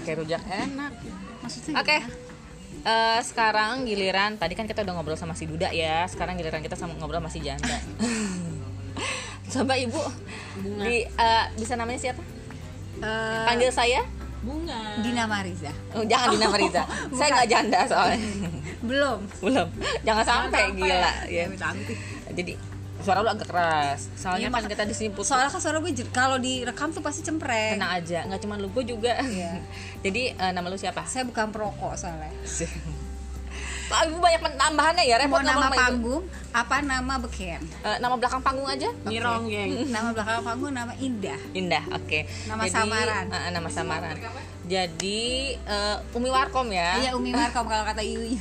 pakai rujak enak. Maksudnya Oke. Sekarang giliran, tadi kan kita udah ngobrol sama si Duda ya. Sekarang giliran kita sama ngobrol sama si Janda. Coba Ibu Bunga. bisa namanya siapa? gimana? Panggil saya? Bunga. Dina Mariza. Oh, jangan Dina Mariza. Saya nggak janda soalnya. Belum. Jangan sampai gila ya. Cantik. Jadi suara lu agak keras. Soalnya Iya, kan kita di sini Soalnya kan suara gue kalau direkam tuh pasti cempreng. tenang aja, nggak cuma lu, gue juga. Iya. Jadi nama lu siapa? Saya bukan perokok soalnya. Ibu banyak tambahannya ya, repot Mau nama sama Ibu. panggung, apa nama beken? Nama belakang panggung aja? Nyirong, geng. Nama belakang panggung nama Indah. Indah, oke. Nama Jadi, samaran. Nama samaran. Jadi Umi Warkom ya. Iya, Umi Markom kalau kata Yuyu.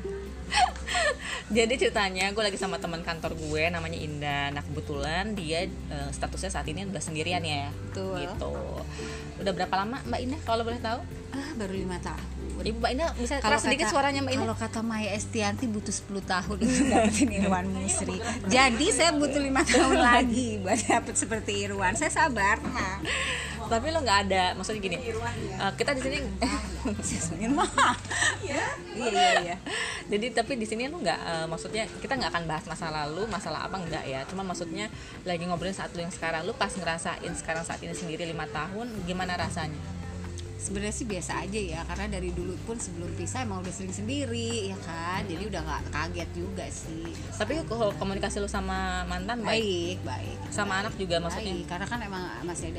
Jadi ceritanya gue lagi sama teman kantor gue namanya Indah. Nah kebetulan dia statusnya saat ini udah sendirian ya. Betul. Gitu. Udah berapa lama Mbak Indah kalau boleh tahu? Baru 5 tahun. Ibu Mbak Indah bisa Kalau keras sedikit suaranya Mbak Indah? Kalau kata Maya Estianti butuh 10 tahun untuk dapetin Irwan Musri. Jadi saya butuh 5 tahun lagi buat dapet seperti Irwan. Saya sabar, tenang. Tapi lo nggak ada, maksudnya gini. Kita di sini Saya sebenarnya mah. Iya. jadi tapi di sini lu nggak maksudnya kita nggak akan bahas masa lalu, masalah apa enggak ya. Cuma maksudnya lagi ngobrolin saat lu yang sekarang. Lu pas ngerasain sekarang saat ini sendiri 5 tahun, gimana rasanya? Sebenarnya sih biasa aja ya, karena dari dulu pun sebelum pisah emang udah sering sendiri ya kan, jadi udah nggak kaget juga sih. Tapi kalau komunikasi lu sama mantan baik, Baik. sama anak juga maksudnya. Baik, karena kan emang masih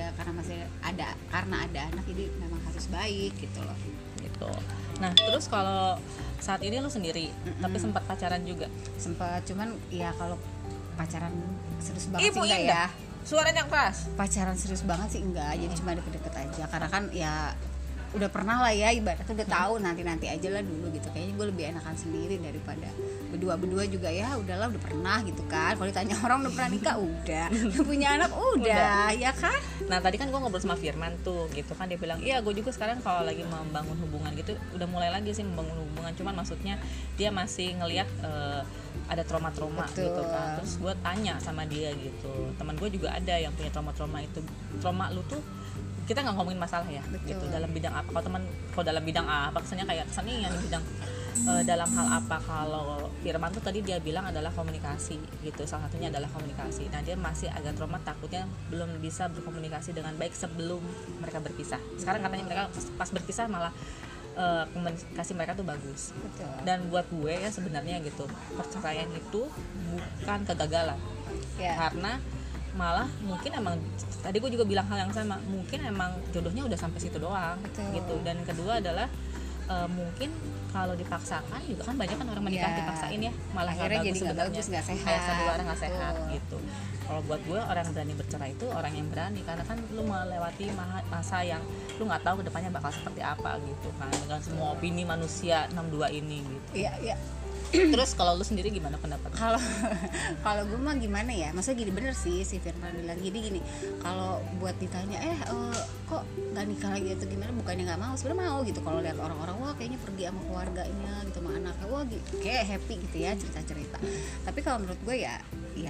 ada karena ada anak, jadi memang harus baik gitu loh. Gitu. Nah terus kalau saat ini lu sendiri, tapi sempat pacaran juga. Sempat, cuman ya kalau pacaran serius banget Ibu sih enggak Indah, ya. suaranya keras. Pacaran serius banget sih enggak, jadi cuma deket-deket aja, karena kan ya udah pernah lah ya, ibaratnya udah tahu nanti aja lah dulu gitu. Kayaknya gue lebih enakan sendiri daripada berdua juga, ya udahlah udah pernah gitu kan. Kalau ditanya orang udah pernah nikah, udah punya anak udah ya kan. Nah tadi kan gue ngobrol sama Firman tuh gitu kan, dia bilang iya gue juga sekarang kalau lagi membangun hubungan gitu udah mulai lagi sih membangun hubungan, cuman maksudnya dia masih ngelihat ada trauma-trauma Betul. gitu kan. Terus gue tanya sama dia gitu, teman gue juga ada yang punya trauma-trauma itu. Trauma lu tuh kita nggak ngomongin masalah ya. Betul. Gitu dalam bidang apa, kalau dalam bidang apa kesannya kayak kesannya yang bidang dalam hal apa. Kalau Firman tuh tadi dia bilang adalah komunikasi gitu, salah satunya adalah komunikasi. Nah dia masih agak trauma, takutnya belum bisa berkomunikasi dengan baik sebelum mereka berpisah. Sekarang katanya mereka pas berpisah malah komunikasi mereka tuh bagus. Betul. Dan buat gue ya sebenarnya gitu, perceraian itu bukan kegagalan. Ya. Karena malah mungkin emang tadi gue juga bilang hal yang sama, mungkin emang jodohnya udah sampai situ doang. Betul. Gitu. Dan kedua adalah mungkin kalau dipaksakan juga kan banyak kan orang menikah Ya. dipaksain ya, malah nggak Akhirnya bagus jadi nggak sebenarnya. bagus, nggak sehat. Kayak sandiwara nggak sehat Betul. gitu. Kalau buat gue orang yang berani bercerai itu orang yang berani, karena kan lu melewati masa yang lu nggak tahu kedepannya bakal seperti apa gitu kan, dengan semua opini manusia 62 ini gitu. Iya. Terus kalau lu sendiri gimana pendapat? Kalau gue mah gimana ya, maksudnya gini, bener sih si Firman bilang gini, kalau buat ditanya kok gak nikah lagi atau gimana, bukannya nggak mau, sebenarnya mau gitu. Kalau lihat orang-orang wah kayaknya pergi sama keluarganya gitu, sama anaknya, wah gitu, kayak happy gitu ya cerita-cerita. Tapi kalau menurut gue ya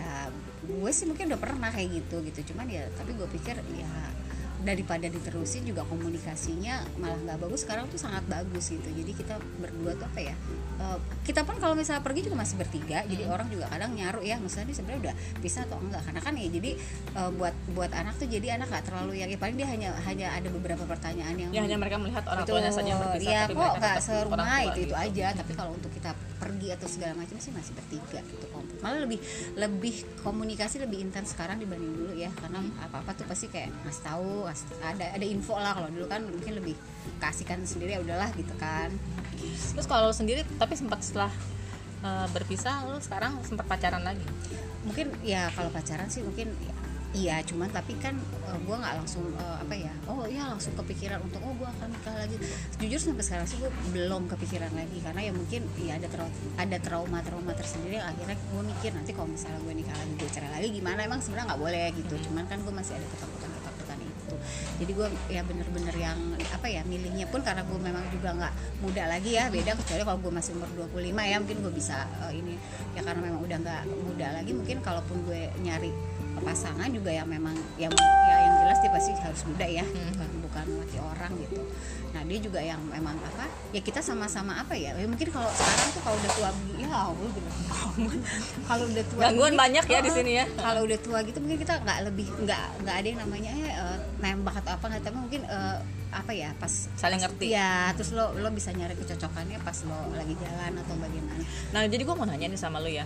gue sih mungkin udah pernah kayak gitu, cuman ya tapi gue pikir ya daripada diterusin juga komunikasinya malah nggak bagus. Sekarang tuh sangat bagus gitu, jadi kita berdua tuh apa ya, kita pun kalau misalnya pergi juga masih bertiga, jadi orang juga kadang nyaru ya maksudnya dia sebenarnya udah pisah atau enggak, karena kan ya jadi buat anak tuh jadi anak nggak terlalu yang paling dia hanya ada beberapa pertanyaan yang Ya hanya mereka melihat orang betul, tuanya saja yang berpisah, ya tapi kok mereka nggak tetap orang serumah tua itu gitu. aja. Tapi kalau untuk kita pergi atau segala macam sih masih bertiga gitu, malah lebih komunikasi lebih intens sekarang dibanding dulu ya, karena apa-apa tuh pasti kayak ngasih tahu, ada info lah. Kalau dulu kan mungkin lebih kasihkan sendiri, ya udahlah gitu kan. Terus kalau lu sendiri tapi sempat setelah berpisah lu sekarang sempat pacaran lagi? Mungkin ya kalau pacaran sih mungkin iya, cuman tapi kan gue nggak langsung langsung kepikiran untuk gue akan nikah lagi. Jujur sampai sekarang sih gue belum kepikiran lagi, karena ya mungkin ya ada trauma tersendiri yang akhirnya gue mikir nanti kalau misalnya gue nikah lagi, gue cerai lagi gimana. Emang sebenarnya nggak boleh gitu, cuman kan gue masih ada ketakutan itu. Jadi gue ya bener-bener yang milihnya pun karena gue memang juga nggak muda lagi ya, beda kecuali kalau gue masih umur 25 ya mungkin gue bisa ini ya, karena memang udah nggak muda lagi. Mungkin kalaupun gue nyari pasangan juga yang memang yang jelas dia pasti harus muda ya, bukan laki orang gitu. Nah dia juga yang memang apa ya, kita sama-sama apa ya, mungkin kalau sekarang tuh kalau udah tua ya Allah bener kalau udah tua Gangguan gini, banyak ya di sini ya. kalau udah tua gitu mungkin kita nggak ada yang namanya nembak atau apa nggak, tapi mungkin apa ya pas Saling ngerti. ya, terus lo bisa nyari kecocokannya pas lo lagi jalan atau bagaimana. Nah jadi gue mau nanya nih sama lu ya,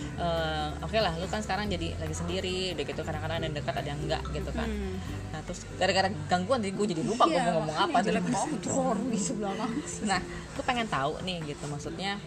oke lah lu kan sekarang jadi lagi sendiri udah gitu, kadang-kadang ada yang dekat ada yang enggak gitu kan. Nah terus gara-gara gangguan jadi gue jadi lupa gue mau ngomong apa jelek tadi. banget orang di sebelah Nah gue pengen tahu nih gitu, maksudnya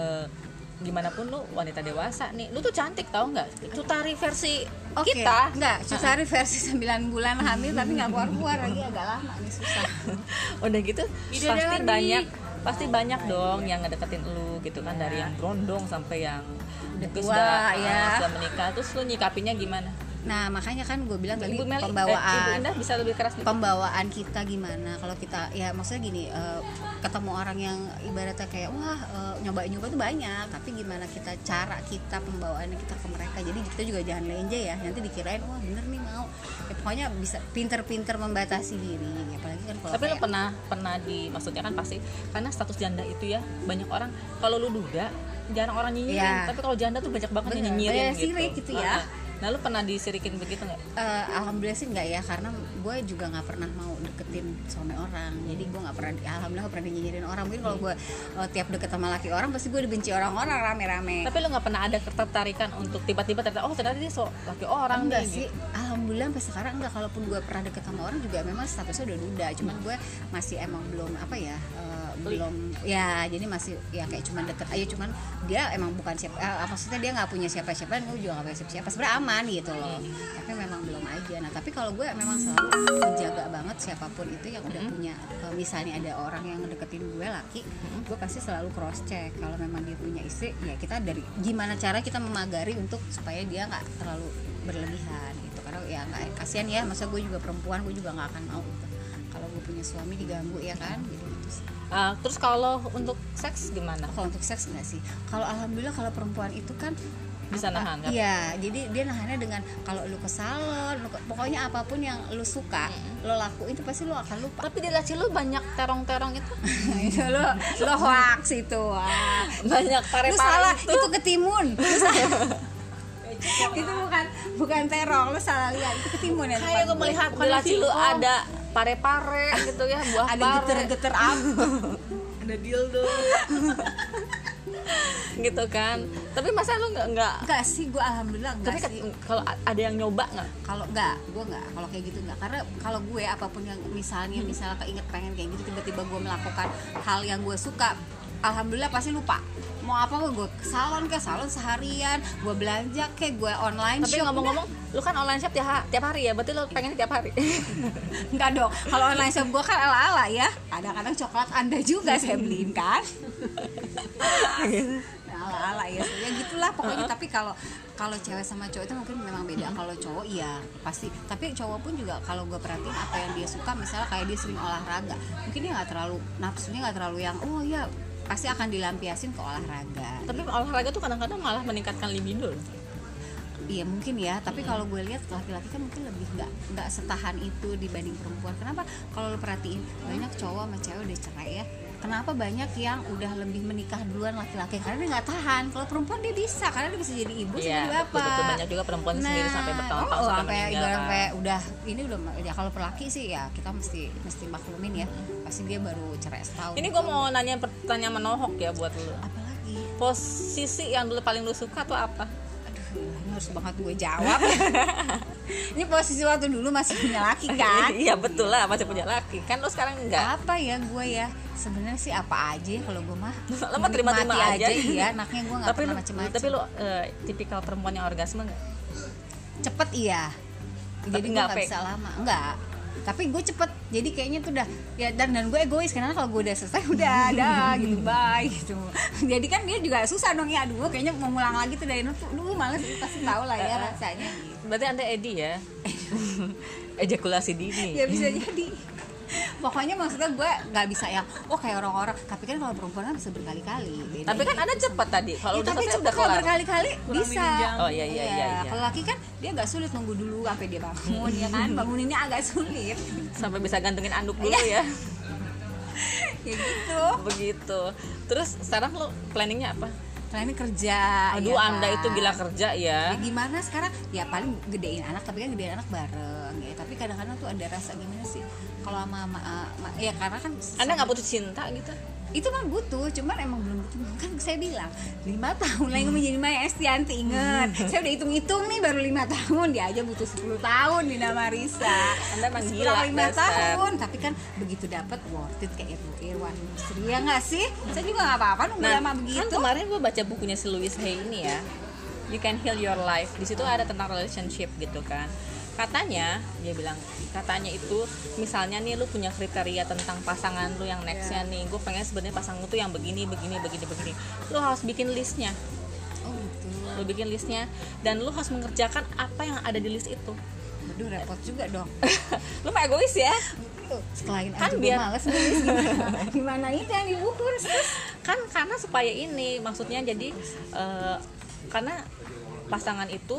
gimana pun lu wanita dewasa nih, lu tuh cantik tau nggak? Cutari versi kita enggak, Cutari versi 9 bulan hamil tapi nggak keluar lagi, agak lama nih, susah. udah gitu Bidadari. pasti banyak dong yang ngedeketin lu gitu kan, dari yang berondong sampai yang Udah mungkin tua, ya. sudah menikah. Terus lu nyikapinya gimana? Nah makanya kan gue bilang tadi Ibu Meli, Ibu pembawaan Indah bisa lebih keras dikit. pembawaan kita gimana kalau kita ya, maksudnya gini, ketemu orang yang ibaratnya kayak wah nyoba-nyoba tuh banyak, tapi gimana cara kita pembawaannya kita ke mereka, jadi kita juga jangan lenje ya, nanti dikirain wah bener nih mau ya, pokoknya bisa pinter-pinter membatasi diri, apalagi kan kalau Tapi lu kayak, pernah maksudnya kan pasti karena status janda itu ya, banyak orang kalau lu duda jarang orang nyinyirin, Iya. tapi kalau janda tuh banyak banget yang Bener, nyinyirin banyak sirik gitu ya. Nah lu pernah disirikin begitu nggak? alhamdulillah sih enggak ya, karena gue juga nggak pernah mau deketin suami orang, jadi gue nggak pernah, alhamdulillah nggak pernah dinyinyirin orang. Mungkin kalau gue tiap deket sama laki orang pasti gue dibenci orang-orang rame-rame. Tapi lu nggak pernah ada ketertarikan untuk tiba-tiba ternyata oh ternyata dia laki orang Enggak nih, sih, gitu. alhamdulillah sampai sekarang enggak. Kalaupun gue pernah deket sama orang juga memang statusnya udah duda, cuman gue masih emang belum apa ya, belum ya, jadi masih ya kayak cuman deket aja, cuman dia emang bukan siapa, maksudnya dia nggak punya siapa-siapa dan gue juga nggak punya siapa-siapa, sebenarnya aman gitu loh, tapi memang belum aja. Nah tapi kalau gue memang selalu menjaga banget siapapun itu yang udah punya, misalnya ada orang yang deketin gue laki, gue pasti selalu cross check kalau memang dia punya istri, ya kita dari gimana cara kita memagari untuk supaya dia nggak terlalu berlebihan gitu, karena ya nggak, kasihan ya, masa gue juga perempuan, gue juga nggak akan mau gitu kalau gue punya suami diganggu ya kan gitu sih. Terus kalau untuk seks gimana? Kalau untuk seks enggak sih, kalau alhamdulillah kalau perempuan itu kan Bisa nahan kan? iya, jadi dia nahannya dengan kalau lu ke salon, pokoknya apapun yang lu suka lo lakuin itu pasti lu akan lupa. Tapi di laci lu banyak terong-terong itu. Itu lo hoax itu, wah. Banyak Lu pare-pare salah, itu. itu ketimun. Lu salah. Itu bukan terong, lu salah lihat, itu ketimun ya. Kayak gue melihat di laci lu ada pare-pare gitu ya, buah ada pare. geter-geter apa? Ada dildo. Gitu kan. Tapi masa lu enggak Enggak sih, gue alhamdulillah enggak tapi sih. kalau ada yang nyoba nggak? Kalau gue enggak, kalau kayak gitu enggak, karena kalau gue apapun yang misalnya keinget pengen kayak gitu, tiba-tiba gue melakukan hal yang gue suka, alhamdulillah pasti lupa. Mau apa gue ke salon seharian, gue belanja kayak gue online Tapi shop. ngomong-ngomong, lu kan online shop tiap hari ya, berarti lu pengen tiap hari. Enggak dong, kalau online shop gue kan ala-ala ya, kadang-kadang coklat Anda juga saya beliin kan. Ala-ala ya, ya gitulah pokoknya. Tapi kalau cewek sama cowok itu mungkin memang beda. Kalau cowok iya pasti, tapi cowok pun juga kalau gue perhatiin apa yang dia suka, misalnya kayak dia sering olahraga, mungkin dia nggak terlalu nafsunya, nggak terlalu yang oh ya pasti akan dilampiasin ke olahraga. Tapi olahraga tuh kadang-kadang malah meningkatkan libido. Iya mungkin ya, tapi kalau gue lihat laki-laki kan mungkin lebih nggak setahan itu dibanding perempuan. Kenapa? Kalau lo perhatiin banyak cowok sama cewek udah cerai ya. Kenapa banyak yang udah lebih menikah duluan laki-laki? Karena dia nggak tahan. Kalau perempuan dia bisa, karena dia bisa jadi ibu, jadi bapak. Betul, banyak juga perempuan sendiri sampai bertahun-tahun sampai meninggal. Sampai udah ini udah ya, kalau pelaki sih ya kita mesti maklumin ya. Pasti dia baru cerai setahun. Ini gue mau nanya pertanyaan menohok ya buat lu. apalagi? Posisi yang dulu paling lu suka tuh apa? Ini harus banget gue jawab. Ini posisi waktu dulu masih punya laki kan? Iya betul lah, masih punya laki. Kan lu sekarang enggak. Apa ya gue ya? Sebenarnya sih apa aja ya kalau gue mah. Lo mah terima-terima Menikmati aja. Iya, anaknya gue nggak pernah macem-macem. Tapi lu tipikal perempuan yang orgasme enggak? Cepet iya. Tapi Jadi gue nggak nggak fake? bisa lama. Enggak. Tapi gue cepet. Jadi kayaknya tuh udah ya, dan gue egois karena kalau gue udah selesai udah ada gitu, bye gitu. Jadi kan dia juga susah dong ya, aduh kayaknya mau ngulang lagi tuh dari dulu males, pasti tahu lah ya rasanya gitu. Berarti Anda Edi ya? Ejakulasi dini. Ya bisa jadi. Pokoknya maksudnya gue nggak bisa yang kayak orang-orang, tapi kan kalau perempuan kan bisa berkali-kali. Beda Tapi kan gitu ada cepat sama- tadi. Kalau Ya, udah tapi selesai cepet udah kalau kelar. berkali-kali Kurang bisa. minum. Oh iya. Kalau laki kan dia agak sulit nunggu dulu sampai dia bangun, ya kan? Banguninnya agak sulit. Sampai bisa gantungin anduk dulu ya. Ya gitu. Begitu. Terus sekarang lo planningnya apa? Planning kerja. Aduh, ya Anda kan? itu gila kerja ya. Ya gimana sekarang? Ya paling gedein anak, tapi kan gedein anak bareng ya. Tapi kadang-kadang tuh ada rasa gimana sih? Kalau sama ya karena kan Anda nggak putus cinta gitu? itu mah butuh, cuman emang belum butuh. Kan saya bilang 5 tahun lagi menjadi Maya Estianti, inget. Saya udah hitung-hitung nih baru 5 tahun, dia aja butuh 10 tahun di nama Risa. Anda emang Terus gila, kurang 5 dasar. tahun, tapi kan begitu dapat worth it kayak Irwan Sri ya nggak sih? Saya juga nggak apa-apa nunggu lama Kan begitu. kemarin gue baca bukunya si Louise Hay ini ya, You Can Heal Your Life. Di situ ada tentang relationship gitu kan. Katanya, dia bilang, katanya itu misalnya nih lu punya kriteria tentang pasangan lu yang nextnya nih, gue pengen sebenarnya pasangan lu tuh yang begini. Lu harus bikin listnya. Oh gitu. Lu bikin listnya dan lu harus mengerjakan apa yang ada di list itu. Aduh repot juga dong. Lu mah egois ya. Sekalian Kan aja gue biar- males nulis gimana itu yang di buku terus. Kan karena supaya ini maksudnya jadi karena pasangan itu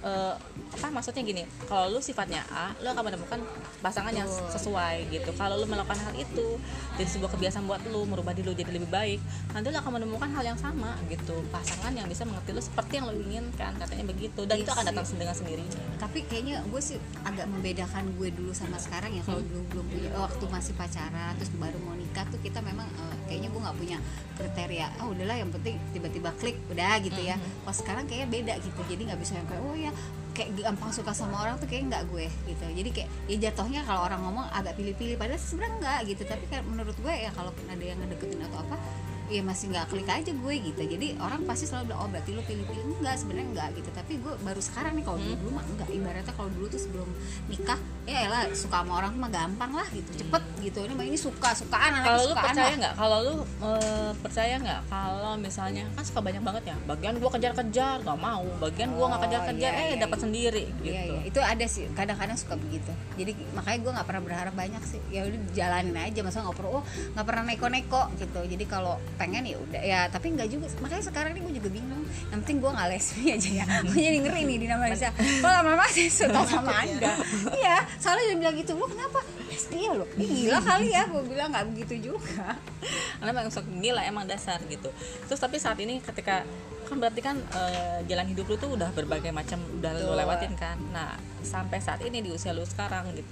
apa maksudnya gini, kalau lu sifatnya A, lu akan menemukan pasangan yang sesuai gitu. Kalau lu melakukan hal itu jadi sebuah kebiasaan buat lu, merubah diri lu jadi lebih baik, nanti lu akan menemukan hal yang sama gitu, pasangan yang bisa mengerti lu seperti yang lu inginkan, katanya begitu. Dan itu akan datang dengan sendirinya. Tapi kayaknya gue sih agak membedakan gue dulu sama sekarang ya. Kalau dulu belum punya, waktu masih pacaran terus baru mau nikah tuh kita memang kayaknya gue nggak punya kriteria. Udahlah yang penting tiba-tiba klik udah gitu ya. Kalau sekarang kayaknya beda gitu. Jadi nggak bisa yang kayak ya kayak gampang suka sama orang tuh kayak nggak gue gitu. Jadi kayak ya jatuhnya kalau orang ngomong agak pilih-pilih, padahal sebenarnya nggak gitu. Tapi kan menurut gue ya kalau ada yang ngedeketin atau apa ya masih nggak klik aja gue gitu. Jadi orang pasti selalu bilang berarti lu pilih-pilih. Enggak, sebenarnya enggak gitu. Tapi gue baru sekarang nih, kalau dulu mah enggak. Ibaratnya kalau dulu tuh sebelum nikah ya elah suka sama orang mah gampang lah gitu, cepet gitu. Ini suka-sukaan, anak Kalau lu sukaan percaya lah. nggak? Kalau lu percaya nggak? Kalau misalnya kan suka banyak banget ya. Bagian gua kejar-kejar nggak mau, bagian gua nggak kejar-kejar, iya, dapat iya. sendiri gitu. Iya, iya. Itu ada sih, kadang-kadang suka begitu. Jadi makanya gue nggak pernah berharap banyak sih. Ya udah jalanin aja, masa nggak pernah neko-neko gitu. Jadi kalau pengen ya udah ya, tapi nggak juga. Makanya sekarang ini gue juga bingung. Yang penting gue nggak lesbi aja ya. Gue jadi ngeri nih di nama Risa. Kalau lama-lama saya suka sama Anda. Iya, soalnya dia bilang gitu. Lu kenapa lesbi ya lu? Gila kali ya. Gue bilang nggak begitu juga. Karena memang suka gila emang dasar gitu. Terus tapi saat ini ketika kan berarti kan jalan hidup lu tuh udah berbagai macam udah lu lewatin kan. Nah sampai saat ini di usia lu sekarang gitu,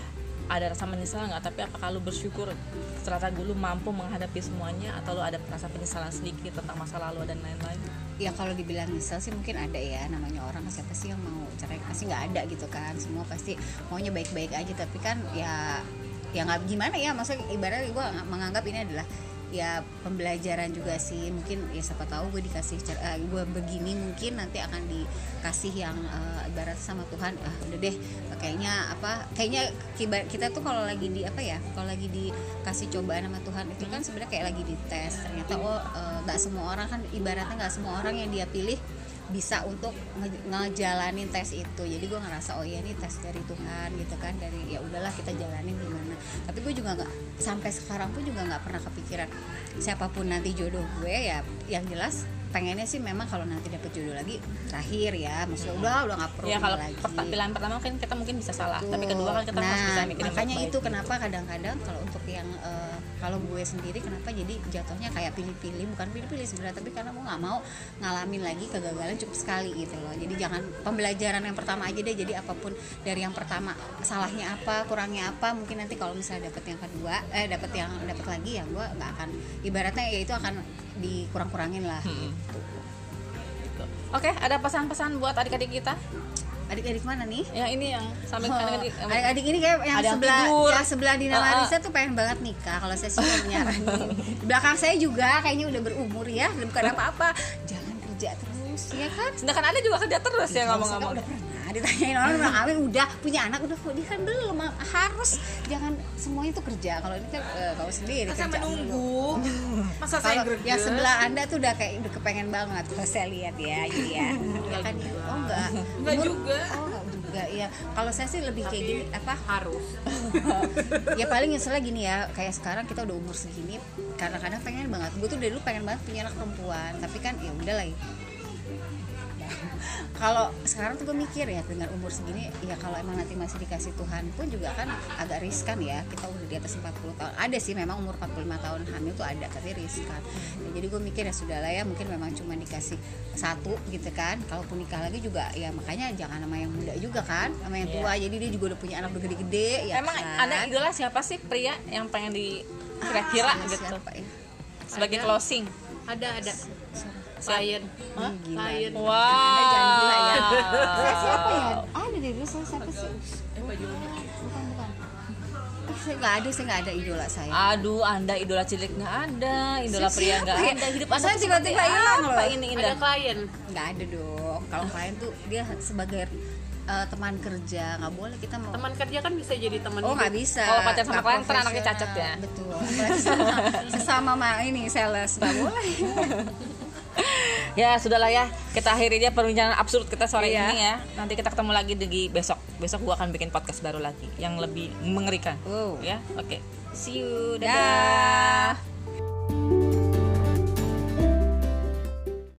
ada rasa menyesal nggak? Tapi apakah lu bersyukur ternyata lu mampu menghadapi semuanya, atau lu ada rasa penyesalan sedikit tentang masa lalu dan lain-lain? Ya kalau dibilang nyesel sih mungkin ada ya, namanya orang, siapa sih yang mau cerai, pasti nggak ada gitu kan. Semua pasti maunya baik-baik aja, tapi kan ya nggak gimana ya, maksudnya ibaratnya gue menganggap ini adalah ya pembelajaran juga sih. Mungkin ya siapa tahu gue dikasih gue begini, mungkin nanti akan dikasih yang ibarat sama Tuhan, udah deh kayaknya kita tuh kalau lagi di kalau lagi dikasih cobaan sama Tuhan itu kan sebenarnya kayak lagi dites. Ternyata nggak semua orang kan, ibaratnya nggak semua orang yang dia pilih bisa untuk ngejalanin tes itu. Jadi gue ngerasa ini tes dari Tuhan gitu kan, dari ya udahlah kita jalanin gimana. Tapi gue juga nggak, sampai sekarang pun juga nggak pernah kepikiran siapapun nanti jodoh gue. Ya yang jelas pengennya sih memang kalau nanti dapet jodoh lagi terakhir ya, maksudnya udah nggak perlu Ya kalau lagi. pilihan pertama kan kita mungkin bisa salah, Tuh. tapi kedua kan kita harus bisa mikirin makanya baik-baik itu kenapa kadang-kadang kalau untuk yang kalau gue sendiri kenapa jadi jatuhnya kayak pilih-pilih, bukan pilih-pilih sebenarnya, tapi karena gue nggak mau ngalamin lagi kegagalan cukup sekali gitu loh. Jadi jangan pembelajaran yang pertama aja deh. Jadi apapun dari yang pertama, salahnya apa, kurangnya apa, mungkin nanti kalau misalnya dapet yang kedua dapet lagi ya gue nggak akan, ibaratnya ya itu akan dikurang-kurangin lah gitu. Oke, ada pesan-pesan buat adik-adik kita? Adik-adik mana nih? Yang ini yang sambil adik-adik ini kayak yang ada yang sebelah tidur. yang sebelah Dina Marisa tuh pengen banget nikah. Kalau saya sih mau nyaranin. Di belakang saya juga kayaknya udah berumur ya, bukan apa-apa. Jangan kerja terus ya kan? Sedangkan ada juga kerja terus ya ngomong-ngomong. Udah pernah ditanyain orang udah kawin, udah punya anak, udah kok dia kan belum, harus jangan semuanya tuh kerja. Kalau ini kan kau sendiri Masa kerja menunggu? Masa saya kalau greges? yang sebelah Anda tuh udah kayak kepengen banget kalau saya lihat ya, jadi ya. Ya kan? Oh enggak. Enggak juga. Oh enggak juga. enggak ya. Kalau saya sih lebih kayak gini apa? Harus. Ya paling nyeselnya gini ya, kayak sekarang kita udah umur segini, kadang-kadang pengen banget. Gue tuh dari dulu pengen banget punya anak perempuan, tapi kan ya udah lah. Kalau sekarang tuh gue mikir ya dengan umur segini ya kalau emang nanti masih dikasih Tuhan pun juga kan agak riskan ya, kita udah di atas 40 tahun. Ada sih memang umur 45 tahun hamil tuh ada, tapi riskan ya, jadi gue mikir ya sudahlah ya, mungkin memang cuma dikasih satu gitu kan. Kalaupun nikah lagi juga ya makanya jangan sama yang muda juga kan, sama yang tua. Jadi dia juga udah punya anak udah gede-gede ya. Emang kan? ada idola siapa sih pria yang pengen di kira-kira gitu Siapa ya? sebagai Ada. closing? Ada. Lion. Gila. Lion. Wow. Anda jangan gila ya. Saya siapa ya? Ada deh dulu saya siapa sih? Bukan. Saya nggak ada idola saya. Aduh, Anda idola cilik nggak ada, idola pria nggak Siapa ya? ada. Hidup Anda Saya tuh tiba-tiba seperti hilang apa loh. ini Ada Indah? klien. Nggak ada dong. Kalau klien tuh dia sebagai teman kerja, nggak boleh kita mau. Teman kerja kan bisa jadi teman Oh hidup. nggak bisa. Kalau pacar sama Nggak klien, ntar anaknya profesional. cacat ya. Betul. Apalagi sesama ini sales nggak boleh. Ya sudahlah ya, kita akhiri dia perbincangan absurd kita sore Iya. ini ya. Nanti kita ketemu lagi di besok. Besok gua akan bikin podcast baru lagi yang lebih mengerikan. Wow. Ya, oke. See you. Dadah.